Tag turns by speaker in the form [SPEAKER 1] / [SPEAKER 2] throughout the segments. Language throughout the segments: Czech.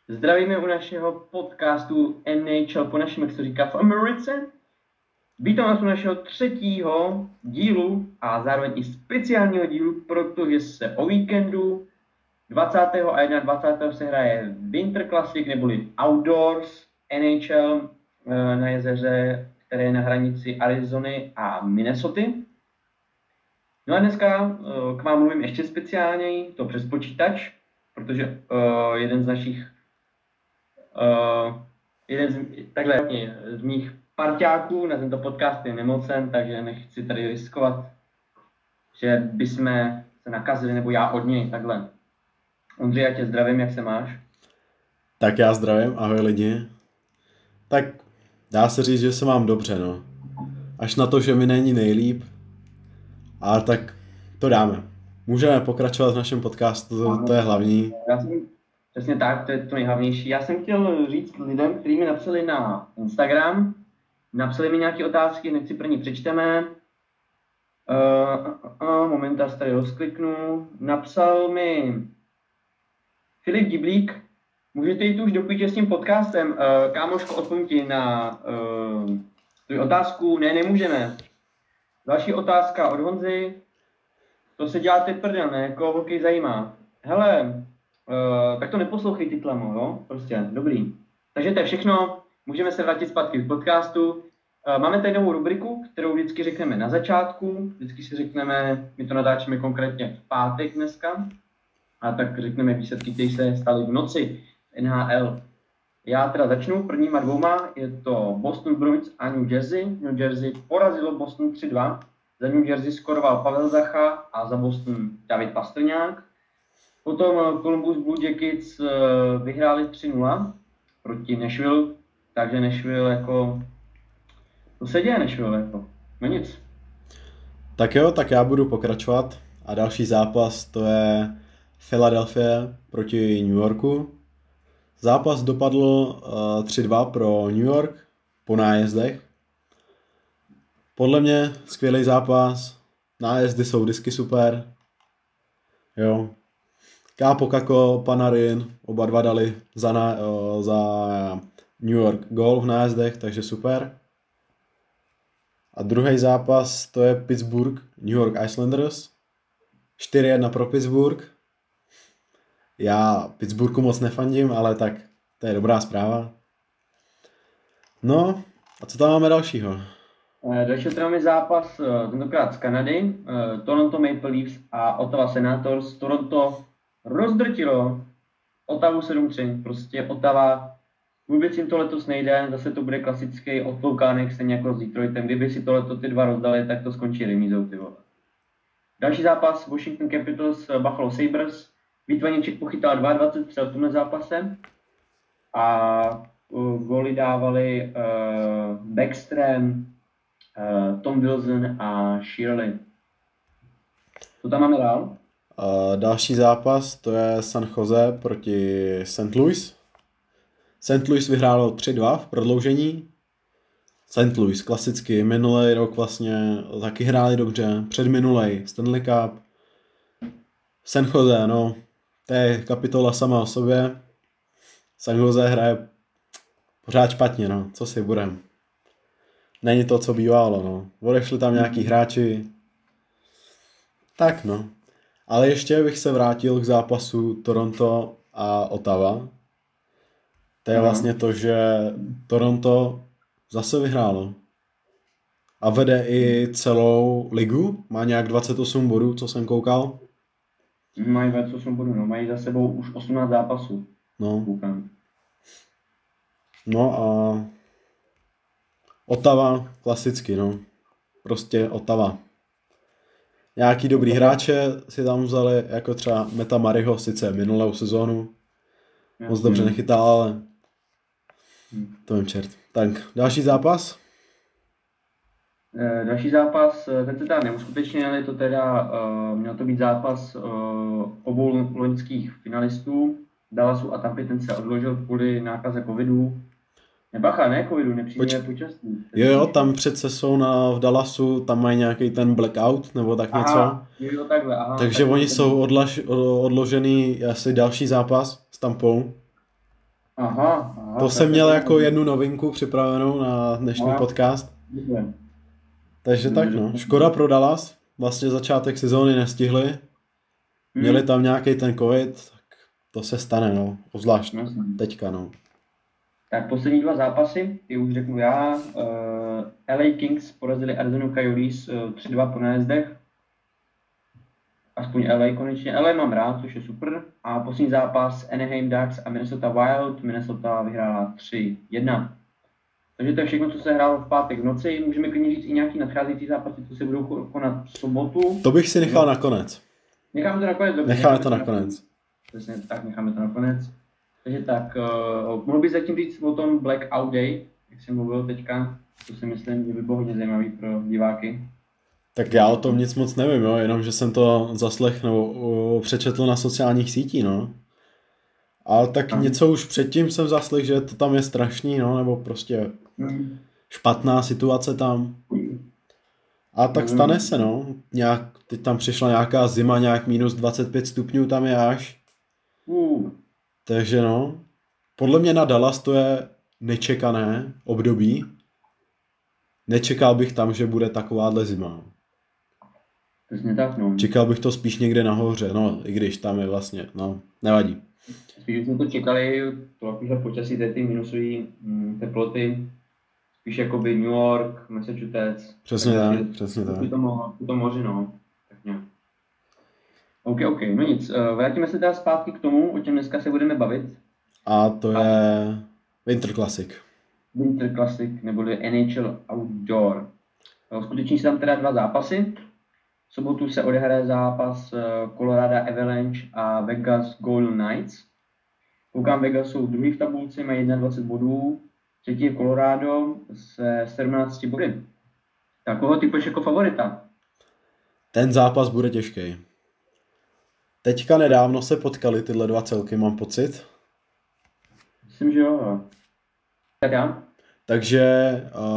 [SPEAKER 1] Zdravíme u našeho podcastu NHL po našem, jak se to říká v Americe. Vítám vás u našeho 3. dílu a zároveň i speciálního dílu, protože se o víkendu 20. a 21. se hraje Winter Classic neboli Outdoors NHL na jezeře, které je na hranici Arizony a Minnesoty. No a dneska k vám mluvím ještě speciálněji, to přes počítač, protože jeden z mých parťáků na tento podcast je nemocen, takže nechci tady riskovat, že bychom se nakazili, nebo já od něj, takhle. Ondřej, já tě zdravím, jak se máš?
[SPEAKER 2] Tak já zdravím, ahoj lidi. Tak dá se říct, že se mám dobře, no. Až na to, že mi není nejlíp, ale tak to dáme. Můžeme pokračovat v našem podcastu, to je hlavní.
[SPEAKER 1] Přesně tak, to je to nejhlavnější. Já jsem chtěl říct lidem, kteří mi napsali na Instagram, napsali mi nějaké otázky, hned si pro ní přečteme. Moment, já se tady rozkliknu. Napsal mi Filip Diblík, můžete jít už do píče s tím podcastem. Kámoško, odpovím ti na tu otázku. Ne, nemůžeme. Další otázka od Honzy. To se dělá teď prdel, ne? Koho hokej zajímá? Hele, tak to neposlouchej ty tlamo, jo? Prostě, dobrý. Takže to je všechno. Můžeme se vrátit zpátky k podcastu. Máme tady novou rubriku, kterou vždycky řekneme na začátku. Vždycky si řekneme, my to natáčíme konkrétně v pátek dneska. A tak řekneme výsledky, které se staly v noci NHL. Já teda začnu prvníma dvouma. Je to Boston Bruins a New Jersey. New Jersey porazilo Boston 3-2. Za New Jersey skoroval Pavel Zacha a za Boston David Pastrňák. Potom Columbus Blue Jackets vyhráli 3-0 proti Nashville. Takže Nashville jako... To se děje Nashville jako. No nic.
[SPEAKER 2] Tak jo, tak já budu pokračovat. A další zápas to je Philadelphia proti New Yorku. Zápas dopadl 3-2 pro New York po nájezdech. Podle mě skvělý zápas. Nájezdy jsou vždycky super. Jo. Kápo Kako, Panarin, oba dva dali za New York gól v nájezdech, takže super. A druhý zápas to je Pittsburgh, New York Islanders. 4-1 pro Pittsburgh. Já Pittsburghu moc nefandím, ale tak to je dobrá zpráva. No, a co tam máme dalšího?
[SPEAKER 1] Další máme zápas tentokrát z Kanady. Toronto Maple Leafs a Ottawa Senators. Toronto rozdrtilo Ottawu 7-3. Prostě Ottawa, vůbec jim to letos nejde, zase to bude klasický odtloukánek, stejně jako s Detroitem. Kdyby si tohleto ty dva rozdali, tak to skončí remízou, ty vole. Další zápas Washington Capitals Buffalo Sabres. Výtvarníček pochytal 22 střel v tomhle zápase a góly dávali Backstrom, Tom Wilson a Shirley. Co tam máme dál?
[SPEAKER 2] Další zápas to je San Jose proti St. Louis. St. Louis vyhrálo 3-2 v prodloužení. St. Louis klasicky, minulý rok vlastně taky hráli dobře, předminulej Stanley Cup. San Jose, no, to je kapitola sama o sobě. San Jose hraje pořád špatně, no, co si budem. Není to, co bývalo, no. Odešli tam nějaký hráči. Tak, no. Ale ještě bych se vrátil k zápasu Toronto a Ottawa. To je vlastně to, že Toronto zase vyhrálo. A vede i celou ligu. Má nějak 28 bodů, co jsem koukal.
[SPEAKER 1] Mají 28 bodů, no. Mají za sebou už 18 zápasů.
[SPEAKER 2] No.
[SPEAKER 1] Koukám.
[SPEAKER 2] No a Ottawa klasicky, no. Prostě Ottawa. Nějaký dobrý hráče si tam vzali, jako třeba Meta Mariho, sice minulou sezónu. Moc dobře nechytal, ale to vím čert. Tak, další zápas?
[SPEAKER 1] Další zápas, ten se teda neuskutečnil, ale to teda měl to být zápas obou loňských finalistů Dallasu a Tampy, ten se odložil kvůli nákaze covidu. Nebacha, ne covidu, nepříjemné počasí.
[SPEAKER 2] Jo, tam přece jsou v Dallasu, tam mají nějaký ten blackout, nebo tak něco.
[SPEAKER 1] Aha, jo, takhle, aha.
[SPEAKER 2] Takže oni jsou odložený asi další zápas s Tampou.
[SPEAKER 1] Aha,
[SPEAKER 2] To jsem měl jako jednu novinku připravenou na dnešní podcast.
[SPEAKER 1] Dobře.
[SPEAKER 2] Takže tak no, škoda pro Dallas, vlastně začátek sezóny nestihli, měli tam nějaký ten covid, tak to se stane no, obzvlášť teďka no.
[SPEAKER 1] Tak poslední 2 zápasy, ty už řeknu já, LA Kings porazili Arizona Coyotes 3-2 po nájezdech, aspoň LA konečně, LA mám rád, což je super, a poslední zápas Anaheim Ducks a Minnesota Wild, Minnesota vyhrála 3-1. Takže to je všechno, co se hrálo v pátek v noci. Můžeme klidně říct i nějaký nadcházející zápasy, co se budou konat v sobotu.
[SPEAKER 2] To bych si nechal nakonec.
[SPEAKER 1] Necháme to nakonec, dobře.
[SPEAKER 2] Necháme to nakonec.
[SPEAKER 1] Přesně tak, necháme to nakonec. Takže tak, mohl bych zatím říct o tom Blackout Day, jak jsem mluvil teďka, to si myslím, že by bylo hodně zajímavý pro diváky.
[SPEAKER 2] Tak já o tom nic moc nevím, jo, jenom že jsem to zaslechl nebo přečetl na sociálních sítích, no. Ale tak něco už předtím jsem zaslechl, že to tam je strašný, no, nebo prostě špatná situace tam. A tak stane se, no. Teď tam přišla nějaká zima, nějak minus 25 stupňů tam je až. Takže no, podle mě na Dallas to je nečekané období. Nečekal bych tam, že bude takováhle zima.
[SPEAKER 1] Přesně tak, no.
[SPEAKER 2] Čekal bych to spíš někde nahoře, no, i když tam je vlastně, no, nevadí.
[SPEAKER 1] Spíš jsme to čekali, to takovýhle počasí, ty minusové teploty, spíš jakoby New York, Massachusetts.
[SPEAKER 2] Přesně tak, přesně tak.
[SPEAKER 1] To moři, no. Tak nějak. OK, no nic, vrátíme se teda zpátky k tomu, o čem dneska se budeme bavit.
[SPEAKER 2] A to je Winter Classic.
[SPEAKER 1] Winter Classic, neboli NHL Outdoor. Skuteční se tam teda 2 zápasy. V sobotu se odehraje zápas Colorado Avalanche a Vegas Golden Knights. Koukám, Vegas jsou druhý v tabulce, mají 21 bodů. Třetí je Colorado se 17 body. Tak koho typuješ jako favorita?
[SPEAKER 2] Ten zápas bude těžký. Teďka nedávno se potkali tyhle 2 celky, mám pocit.
[SPEAKER 1] Myslím, že jo. Tak já?
[SPEAKER 2] Takže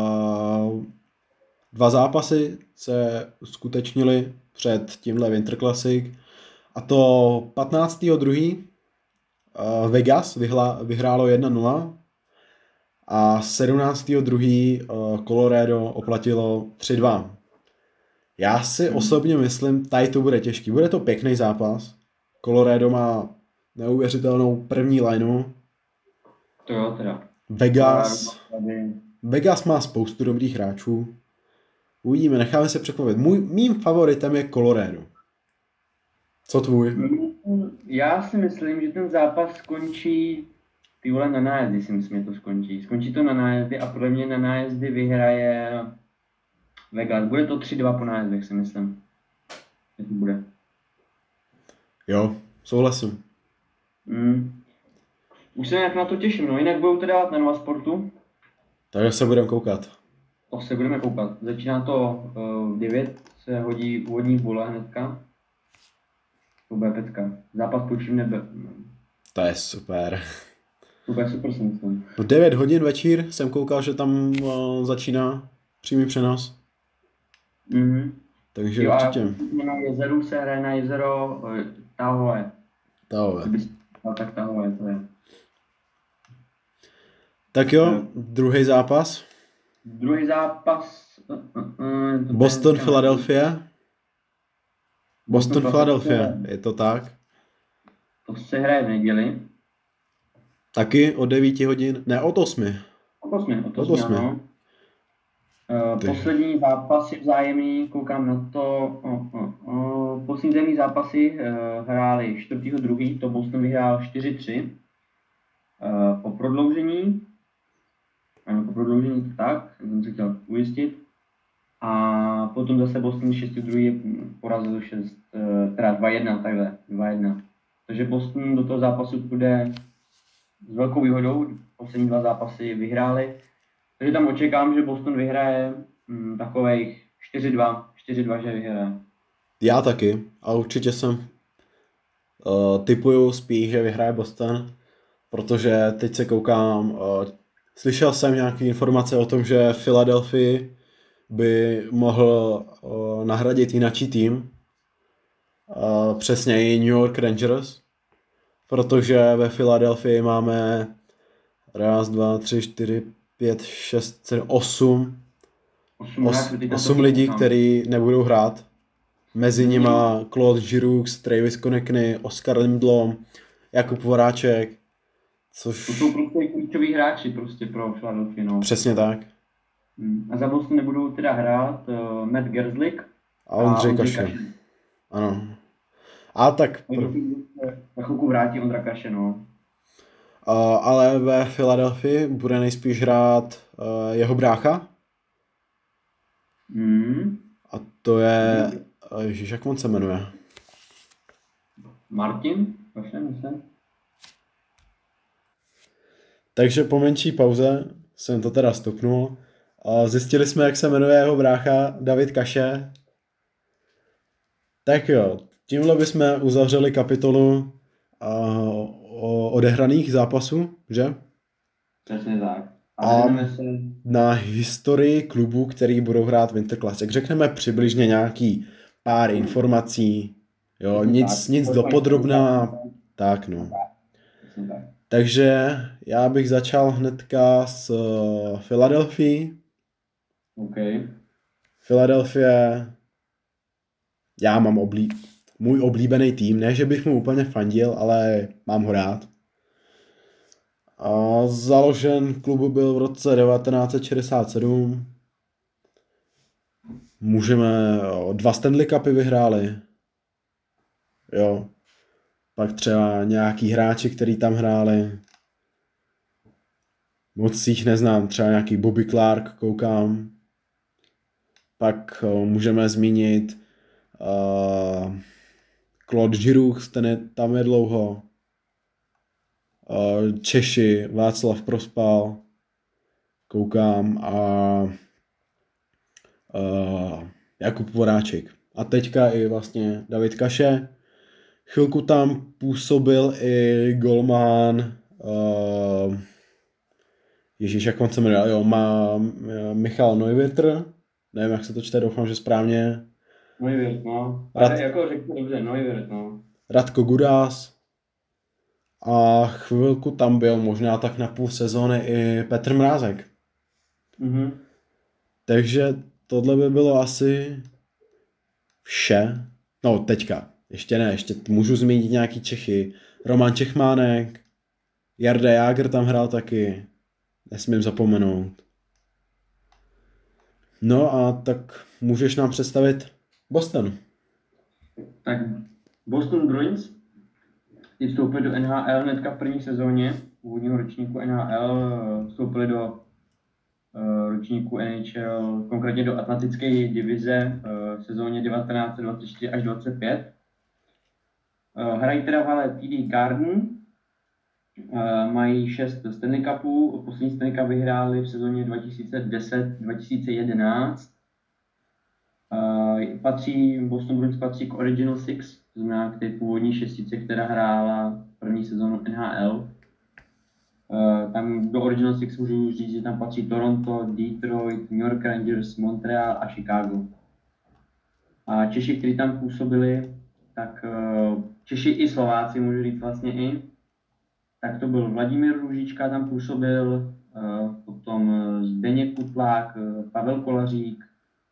[SPEAKER 2] 2 zápasy se uskutečnily před tímhle Winter Classic. A to 15.2. Vegas vyhrálo 1-0 a 17.2. Colorado oplatilo 3-2. Já si osobně myslím, tady to bude těžký. Bude to pěkný zápas. Colorado má neuvěřitelnou první lineu.
[SPEAKER 1] To jo, teda.
[SPEAKER 2] Vegas má spoustu dobrých hráčů. Uvidíme, necháme se překvapit. Mým favoritem je Colorado. Co tvůj?
[SPEAKER 1] Já si myslím, že ten zápas skončí na nájezdy, si myslím, že to skončí. Skončí to na nájezdy a podle mě na nájezdy vyhraje Vegas. Bude to 3-2 po nájezdech, si myslím. Že to bude.
[SPEAKER 2] Jo, souhlasím.
[SPEAKER 1] Už se nějak na to těším, no. Jinak budou teda na Nova Sportu.
[SPEAKER 2] Takže se budeme koukat.
[SPEAKER 1] To se budeme koukat. Začíná to v 9, se hodí úvodní bula hnedka. To bude pecka. Zápas počím nebe.
[SPEAKER 2] To je super.
[SPEAKER 1] To bude super, si myslím.
[SPEAKER 2] V 9 hodin večír jsem koukal, že tam začíná přímý přenos. Takže
[SPEAKER 1] jo,
[SPEAKER 2] určitě.
[SPEAKER 1] Na jezeru se hraje na jezero Tahoe. Tak Tahoe, to je.
[SPEAKER 2] Tak jo, druhý zápas. Boston, Philadelphia. Philadelphia, je to tak?
[SPEAKER 1] To se hraje v neděli.
[SPEAKER 2] Taky od 9 hodin, ne od 8.
[SPEAKER 1] Od 8. Ano. Poslední zápasy vzájemný, koukám na to. Poslední vzájemný zápasy hráli 4.2. To Boston vyhrál 4-3. Po prodloužení, tak, jsem se chtěl ujistit. A potom zase Boston 6.2. porazil 2-1, takhle, 2-1. Takže Boston do toho zápasu půjde s velkou výhodou, poslední 2 zápasy vyhráli. Takže tam očekám, že Boston vyhraje takových 4-2, že vyhraje.
[SPEAKER 2] Já taky, a určitě jsem tipuju spíš, že vyhraje Boston, protože teď se koukám, slyšel jsem nějaké informace o tom, že Philadelphia by mohl nahradit jináčí tým, přesněji New York Rangers, protože ve Philadelphii máme 1, 2, 3, 4, 5, 6, 7, 8. 8
[SPEAKER 1] taky
[SPEAKER 2] lidí,
[SPEAKER 1] koukám.
[SPEAKER 2] kteří nebudou hrát. Mezi nima Claude Giroux, Travis Konechny, Oskar Lindblom, Jakub Voráček,
[SPEAKER 1] To
[SPEAKER 2] což
[SPEAKER 1] jsou prostě klíčoví hráči prostě pro Philadelphia, no.
[SPEAKER 2] přesně tak.
[SPEAKER 1] A za Boston nebudou teda hrát Matt Gerslik
[SPEAKER 2] A Ondřej Kašin. Ano. A tak...
[SPEAKER 1] Na chvilku vrátí Ondra Kaše, no.
[SPEAKER 2] Ale ve Philadelphii bude nejspíš hrát jeho brácha. A to je... Ježíš, jak on se jmenuje?
[SPEAKER 1] Martin? Kaše, myslím.
[SPEAKER 2] Takže po menší pauze jsem to teda stopnul. Zjistili jsme, jak se jmenuje jeho brácha David Kaše. Tak jo, tímhle bychom uzavřeli kapitolu o odehraných zápasů, že?
[SPEAKER 1] Přesně tak.
[SPEAKER 2] A na historii klubů, který budou hrát Winter Classic, řekneme přibližně nějaký pár informací, jo, nic dopodrobná, tak no. Takže já bych začal hnedka s Philadelphia.
[SPEAKER 1] OK.
[SPEAKER 2] Philadelphia, já mám můj oblíbený tým, ne, že bych mu úplně fandil, ale mám ho rád. A založen klubu byl v roce 1967. Můžeme 2 Stanley Cupy vyhráli. Jo. Pak třeba nějaký hráči, který tam hráli. Moc jich neznám, třeba nějaký Bobby Clark, koukám. Pak můžeme zmínit Claude Giroux, tam je dlouho. Češi, Václav Prospal, koukám, a Jakub Voráček. A teďka i vlastně David Kaše. Chvilku tam působil i golman, Ježíš, jak on se jmenuje, jo, Michal Neuwirth, nevím, jak se to čte, doufám, že správně.
[SPEAKER 1] Neuwirth, no. Jako řekl dobře, Neuwirth, no.
[SPEAKER 2] Radko Gudás. A chvilku tam byl, možná tak na půl sezóny, i Petr Mrázek.
[SPEAKER 1] Mm-hmm.
[SPEAKER 2] Takže tohle by bylo asi vše. No teďka, ještě ne, ještě můžu zmínit nějaký Čechy. Roman Čechmánek, Jarda Jágr tam hrál taky, nesmím zapomenout. No a tak můžeš nám představit Boston.
[SPEAKER 1] Tak Boston Bruins vstoupili do NHL hnedka v první sezóně původního ročníku NHL, vstoupili do ročníku NHL, konkrétně do Atlantické divize v sezóně 1924 až 25. Hrají teda v hale TD Garden, mají 6 Stanley Cupů, poslední Stanley Cup vyhráli v sezóně 2010-2011. Boston Bruins patří k Original Six, to znamená k té původní šestice, která hrála první sezónu NHL. Tam do Original Six můžu říct, že tam patří Toronto, Detroit, New York Rangers, Montreal a Chicago. A Češi, kteří tam působili, tak Češi i Slováci, můžu říct vlastně i, tak to byl Vladimír Růžička, tam působil, potom Zdeněk Kutlák, Pavel Kolařík,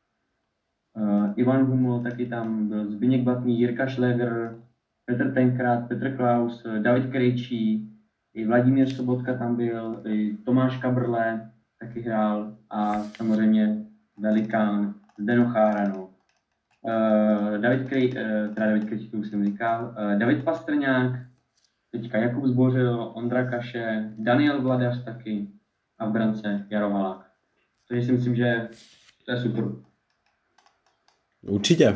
[SPEAKER 1] Ivan Huml, taky tam byl Zbyněk Blatný, Jirka Šléger, Petr Tenkrát, Petr Klaus, David Krejčí, i Vladimír Sobotka tam byl, i Tomáš Kabrle taky hrál a samozřejmě velikán Zdeno Chára, no. David Krejčí, to už jsem říkal, David Pastrňák, teďka Jakub Zbořil, Ondra Kaše, Daniel Vladař taky a v brance Jaro Halák. Takže si myslím, že to je super.
[SPEAKER 2] Určitě.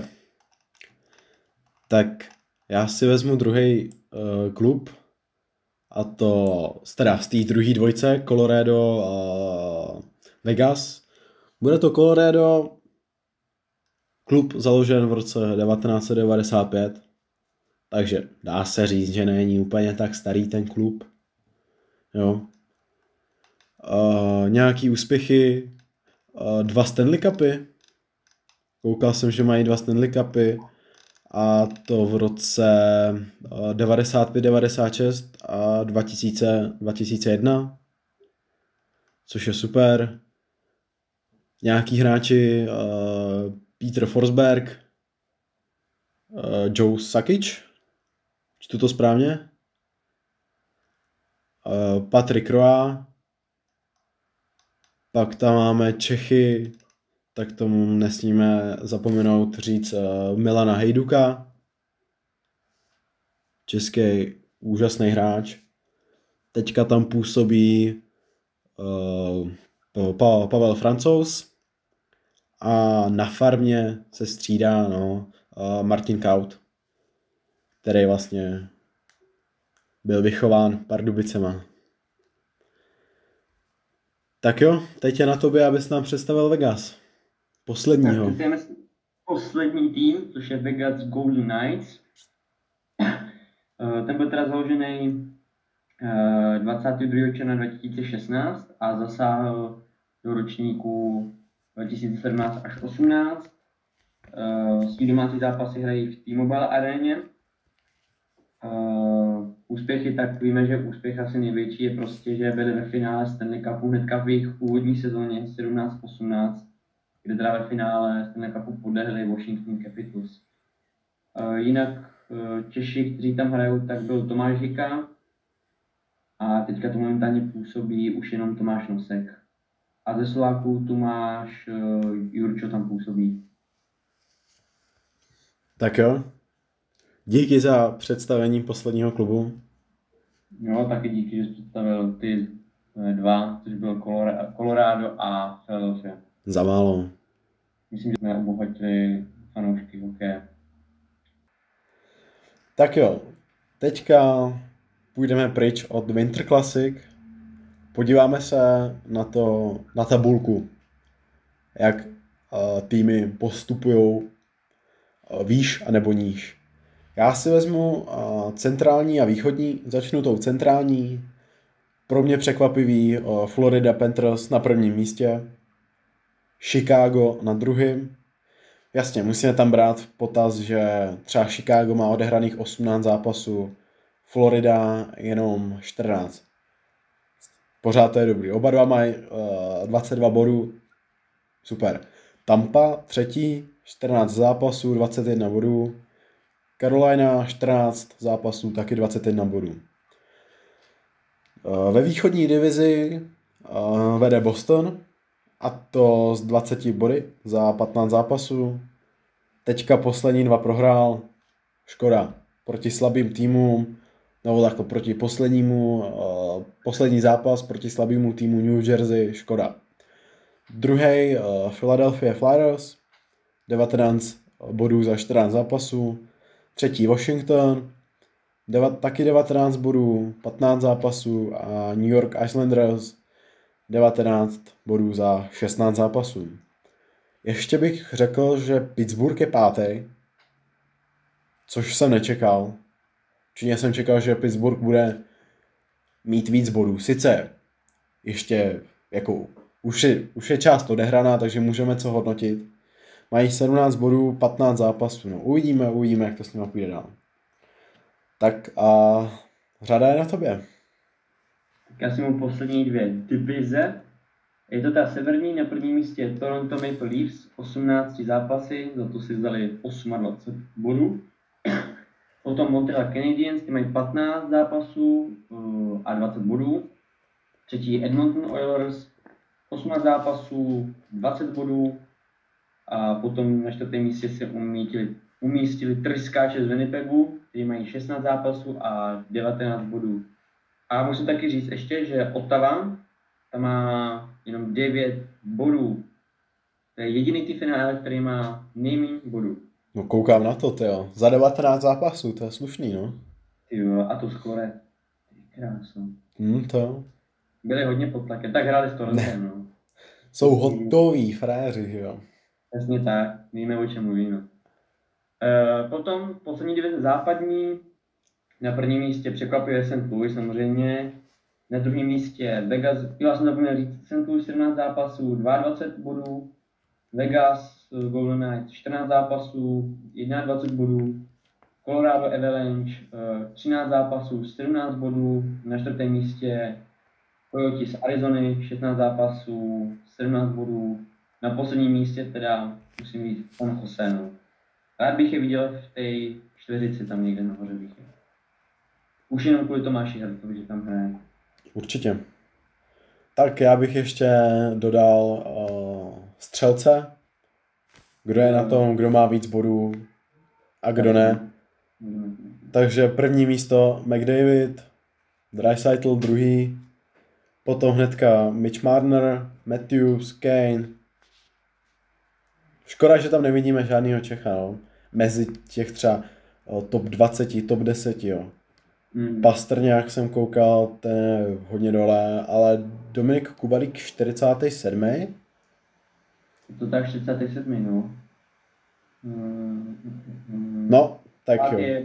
[SPEAKER 2] Tak já si vezmu druhý klub, a to teda z té druhé dvojce, Colorado a Vegas. Bude to Colorado, klub založen v roce 1995, takže dá se říct, že není úplně tak starý ten klub. Jo. Nějaký úspěchy, 2 Stanley Cupy. Koukal jsem, že mají 2 Stanley Cupy, a to v roce 95-96 a 2001. což je super. Nějaký hráči, Peter Forsberg, Joe Sakic, čtu to správně, Patrick Roy, pak tam máme Čechy, tak tomu nesmíme zapomenout říct Milana Hejduka, český úžasný hráč. Teďka tam působí Pavel Francouz a na farmě se střídá Martin Kaut, který vlastně byl vychován Pardubicema. Tak jo, teď je na tobě, abys nám představil Vegas. Posledního.
[SPEAKER 1] Tak jdeme poslední tým, což je Vegas Golden Knights. Ten byl teda založený 22. června 2016 a zasáhl do ročníku 2017 až 2018. Svý domácí zápasy hrají v T-Mobile aréně. Úspěchy, tak víme, že úspěch asi největší je prostě, že byli ve finále Stanley Cupu hnedka v jejich původní sezóně 17-18, kde teda ve finále Stanley Cupu podlehli Washington Capitals. Jinak Češi, kteří tam hrajou, tak byl Tomáš Hika a teďka to momentálně působí už jenom Tomáš Nosek. A ze Slováků Tomáš Jurčo tam působí.
[SPEAKER 2] Tak jo. Díky za představení posledního klubu.
[SPEAKER 1] Jo, taky díky, že jsi představil ty dva, což byl Colorado a Philadelphia.
[SPEAKER 2] Za málo.
[SPEAKER 1] Myslím, že jsme obohatili fanoušky hokeje.
[SPEAKER 2] Tak jo, teďka půjdeme pryč od Winter Classic. Podíváme se na tabulku, jak týmy postupují výš a nebo níž. Já si vezmu centrální a východní, začnu tou centrální. Pro mě překvapivý Florida Panthers na prvním místě, Chicago na druhém. Jasně, musíme tam brát v potaz, že třeba Chicago má odehraných 18 zápasů, Florida jenom 14. Pořád to je dobrý. Oba dva mají 22 bodů, super. Tampa třetí, 14 zápasů, 21 bodů. Carolina 14 zápasů, taky 21 bodů. Ve východní divizi vede Boston, a to z 20 body za 15 zápasů. Teďka poslední dva prohrál. Škoda. Proti slabým týmům, nebo takto proti poslední zápas proti slabému týmu New Jersey. Škoda. Druhý Philadelphia Flyers, 19 bodů za 14 zápasů. Třetí Washington, taky 19 bodů, 15 zápasů a New York Islanders 19 bodů za 16 zápasů. Ještě bych řekl, že Pittsburgh je pátý, což jsem nečekal. Čině jsem čekal, že Pittsburgh bude mít víc bodů. Sice ještě jako už je část odehraná, takže můžeme co hodnotit. Mají 17 bodů, 15 zápasů. No, uvidíme, jak to s nimi půjde dál. Tak a řada je na tobě.
[SPEAKER 1] Tak já si mám poslední dvě divize. Je to ta severní, na prvním místě Toronto Maple Leafs, 18 zápasy, za to si vzali 28 bodů. Potom Montreal Canadiens, ty mají 15 zápasů a 20 bodů. Třetí Edmonton Oilers, 18 zápasů, 20 bodů. A potom na čtvrtém místě se umístili Tryskáče z Winnipegu, kteří mají 16 zápasů a 19 bodů. A musím taky říct ještě, že Ottawa tam má jenom 9 bodů. To je jediný ty finále, který má nejméně bodů.
[SPEAKER 2] No koukám na to, tyjo. Za 19 zápasů, to je slušný, no.
[SPEAKER 1] Tyjo, a to skore. Krásno.
[SPEAKER 2] To.
[SPEAKER 1] Byli hodně pod tlakem, tak hráli s Torontem, no.
[SPEAKER 2] Jsou hotoví fréři, že jo.
[SPEAKER 1] Přesně tak, víme, o čem mluvíme. Potom poslední divize západní, na prvním místě překvapuje St. Louis samozřejmě, na druhém místě Vegas, já jsem zapomněl říct, St. Louis 17 zápasů, 22 bodů, Vegas Golden Knights 14 zápasů, 21 bodů, Colorado Avalanche 13 zápasů, 17 bodů, na čtvrtém místě Coyotes z Arizony, 16 zápasů, 17 bodů. Na posledním místě teda musím říct San Jose. No. Rád bych je viděl v té čtveřici tam někde nahoře bych je. Už jenom kvůli Tomáši Hertovi, že tam hraje.
[SPEAKER 2] Určitě. Tak já bych ještě dodal střelce. Kdo je na tom, kdo má víc bodů a kdo ne. Takže první místo McDavid, Draisaitl druhý, potom hnedka Mitch Marner, Matthews, Kane. Škoda, že tam nevidíme žádného Čecha, no. Mezi těch třeba top 20, top 10, jo. Pastrňák jsem koukal, ten je hodně dole, ale Dominik Kubalík 47.
[SPEAKER 1] Je to tak 47, no.
[SPEAKER 2] No, tak jo.
[SPEAKER 1] Je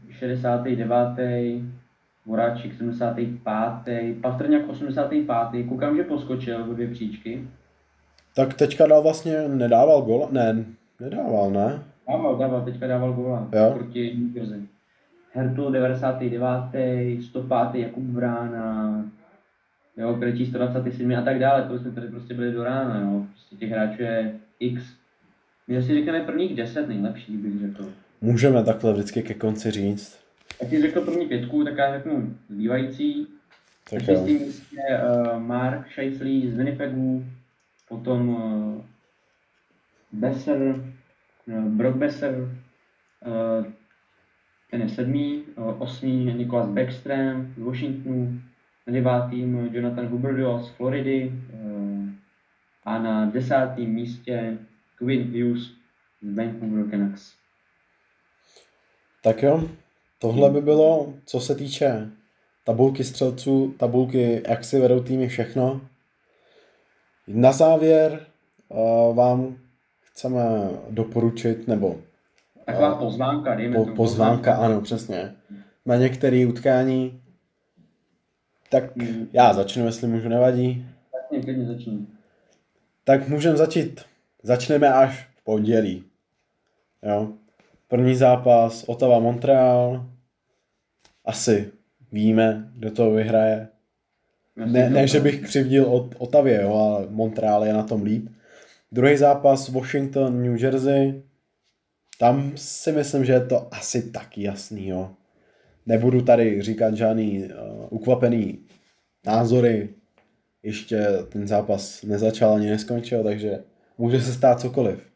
[SPEAKER 1] 69. Voráček 75. Pastrňák 85. Koukám, že poskočil o 2 příčky.
[SPEAKER 2] Tak teďka vlastně nedával gola? Ne, nedával, ne?
[SPEAKER 1] Teďka dával gola proti New Jersey. Hertl 99. 105. Jakub Vrána, jo, Krejčí 127. a tak dále. To jsme tady prostě byli do rána, jo. Prostě těch hráčů je X. My si řekneme prvních 10 nejlepších, bych řekl.
[SPEAKER 2] Můžeme takhle vždycky ke konci říct.
[SPEAKER 1] Jak jsi řekl první 5, tak já řeknu zbývající.
[SPEAKER 2] Tak
[SPEAKER 1] v místě Mark Scheifele z Winnipegu, potom Besser, Brock Besser, ten je 7. 8. Nicholas Backstrom z Washingtonu, na 9. Jonathan Huberdeau z Floridy a na 10. místě Quinn Hughes z Vancouver Canucks.
[SPEAKER 2] Tak jo, tohle by bylo, co se týče tabulky střelců, tabulky, jak si vedou týmy, všechno. Na závěr vám chceme doporučit, nebo
[SPEAKER 1] taková pozvánka, dejme tomu.
[SPEAKER 2] Pozvánka, ano, přesně. Na některé utkání. Tak já začnu, jestli můžu, nevadí.
[SPEAKER 1] Klidně začni.
[SPEAKER 2] Tak můžeme začít. Začneme až v pondělí. Jo. První zápas Ottawa Montreal. Asi víme, kdo to vyhraje. Ne, že bych křivdil od Ottavě, jo, ale Montreal je na tom líp. Druhý zápas Washington, New Jersey. Tam si myslím, že je to asi taky jasný, jo. Nebudu tady říkat žádný ukvapený názory. Ještě ten zápas nezačal ani neskončil, takže může se stát cokoliv.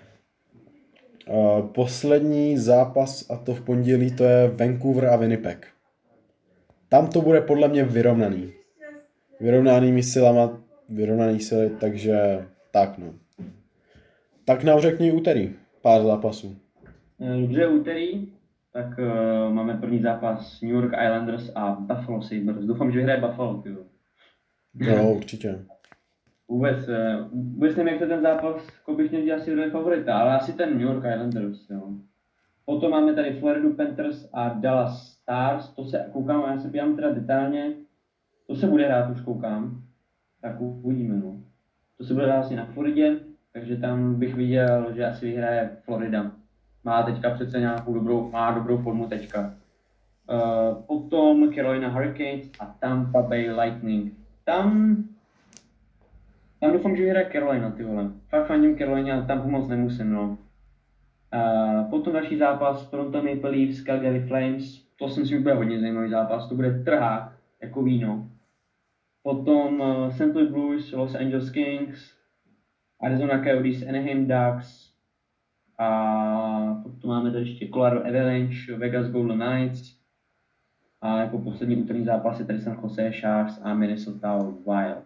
[SPEAKER 2] Poslední zápas, a to v pondělí, to je Vancouver a Winnipeg. Tam to bude podle mě vyrovnaný. Vyrovnanými silama, vyrovnaný sily, takže tak no. Tak nám řekni úterý, pár zápasů.
[SPEAKER 1] Dobře, úterý, tak máme první zápas New York Islanders a Buffalo Sabres. Doufám, že vyhraje Buffalo, tyjo.
[SPEAKER 2] Jo, určitě.
[SPEAKER 1] Vůbec nevím, jak se ten zápas, bych měl dělat asi roli favorita, ale asi ten New York Islanders, jo. Potom máme tady Floridu Panthers a Dallas Stars, to se koukám, já se pijám teda detailně, to se bude hrát, už koukám, tak uvidíme, no. To se bude hrát asi na Floridě, takže tam bych viděl, že asi vyhraje Florida. Má teďka přece nějakou dobrou formu teďka. Potom Carolina Hurricanes a Tampa Bay Lightning. Tam doufám, že vyhraje Carolina, ty vole. Fakt fandím Carolina, ale tam moc nemusím, no. Potom další zápas Toronto Maple Leafs, Calgary Flames. To si myslím, že bude hodně zajímavý zápas, to bude trhák, jako víno. Potom St. Louis Blues, Los Angeles Kings, Arizona Coyotes, Anaheim Ducks. A potom máme tady ještě Colorado Avalanche, Vegas Golden Knights. A jako poslední úterní zápas je tady San Jose Sharks a Minnesota Wild.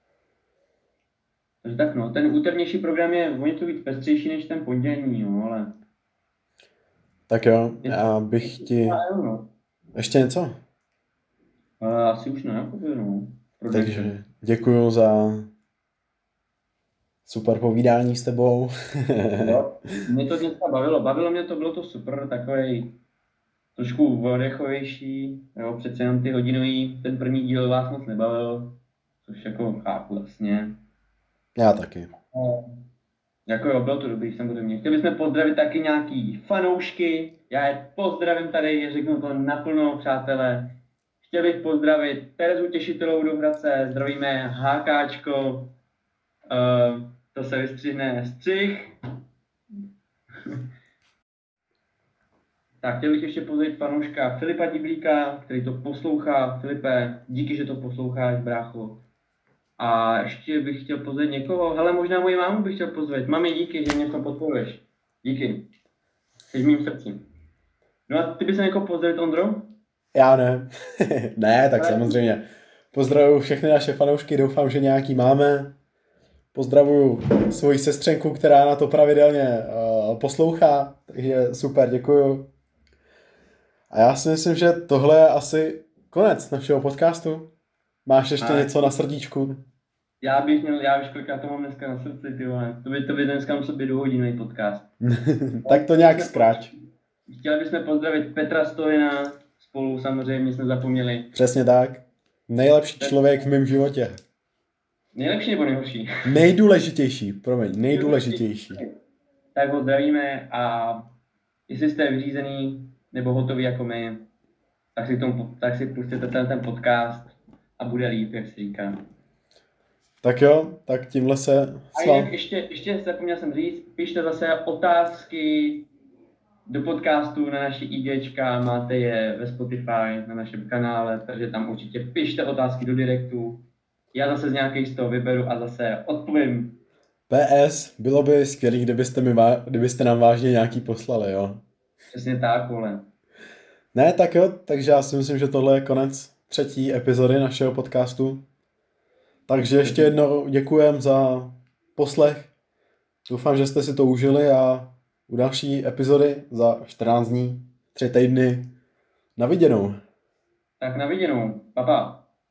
[SPEAKER 1] Takže tak no, ten úternější program je o něco víc pestřejší než ten pondělní, no, ale...
[SPEAKER 2] Tak jo, já bych ti... Ještě něco?
[SPEAKER 1] Asi už ne, no.
[SPEAKER 2] Takže děkuju za super povídání s tebou.
[SPEAKER 1] Jo, mě to dneska bavilo mě to, bylo to super, takovej trošku oddechovější, jo, přece jenom ty hodinový, ten první díl vás moc nebavil, což jako chápu vlastně.
[SPEAKER 2] Já taky.
[SPEAKER 1] Jako jo, bylo to dobrý, samozřejmě. Chtěli bychom pozdravit taky nějaký fanoušky, já je pozdravím tady, řeknu to naplno, přátelé. chtěl bych pozdravit Terezu Těšitelovou do Hradce, zdravíme HKčko, to se vystřihne střih. Tak chtěl bych ještě pozdravit fanouška Filipa Diblíka, který to poslouchá. Filipe, díky, že to posloucháš, brácho. A ještě bych chtěl pozdravit někoho, hele, možná moji mámu bych chtěl pozdravit. Mami, díky, že mě v tom podporuješ. Díky. Jsi v mým srdci. No a ty bys se někoho pozdravit, Ondro?
[SPEAKER 2] Já ne. Ne, tak samozřejmě. Pozdravuju všechny naše fanoušky, doufám, že nějaký máme. Pozdravuju svoji sestřenku, která na to pravidelně poslouchá, takže super, děkuju. A já si myslím, že tohle je asi konec našeho podcastu. Máš ještě něco na srdíčku?
[SPEAKER 1] Já už kolikrát to mám dneska na srdci, ty vole. To by dneska musel být dvouhodinový podcast.
[SPEAKER 2] Tak to nějak zkráč.
[SPEAKER 1] Chtěli bychom pozdravit Petra Stojina, spolu samozřejmě jsme zapomněli.
[SPEAKER 2] Přesně tak. Nejlepší člověk v mém životě.
[SPEAKER 1] Nejlepší nebo nejhorší?
[SPEAKER 2] Nejdůležitější.
[SPEAKER 1] Tak ho zdravíme a jestli jste vyřízený nebo hotový jako my, tak si pustěte ten podcast a bude líp, jak se říká.
[SPEAKER 2] Tak jo, tak tímhle se...
[SPEAKER 1] A jinak ještě zapomněl jsem říct, pište zase otázky do podcastu na naši IGčka, máte je ve Spotify, na našem kanále, takže tam určitě pište otázky do direktu. Já zase z nějakých z toho vyberu a zase odpovím.
[SPEAKER 2] PS, bylo by skvělý, kdybyste nám vážně nějaký poslali, jo?
[SPEAKER 1] Přesně tak, vole.
[SPEAKER 2] Ne, tak jo, takže já si myslím, že tohle je konec 3. epizody našeho podcastu. Takže ještě jednou děkujem za poslech. Doufám, že jste si to užili a u další epizody za 14 dní, 3 týdny. Na viděnou.
[SPEAKER 1] Tak na viděnou. Pa, pa.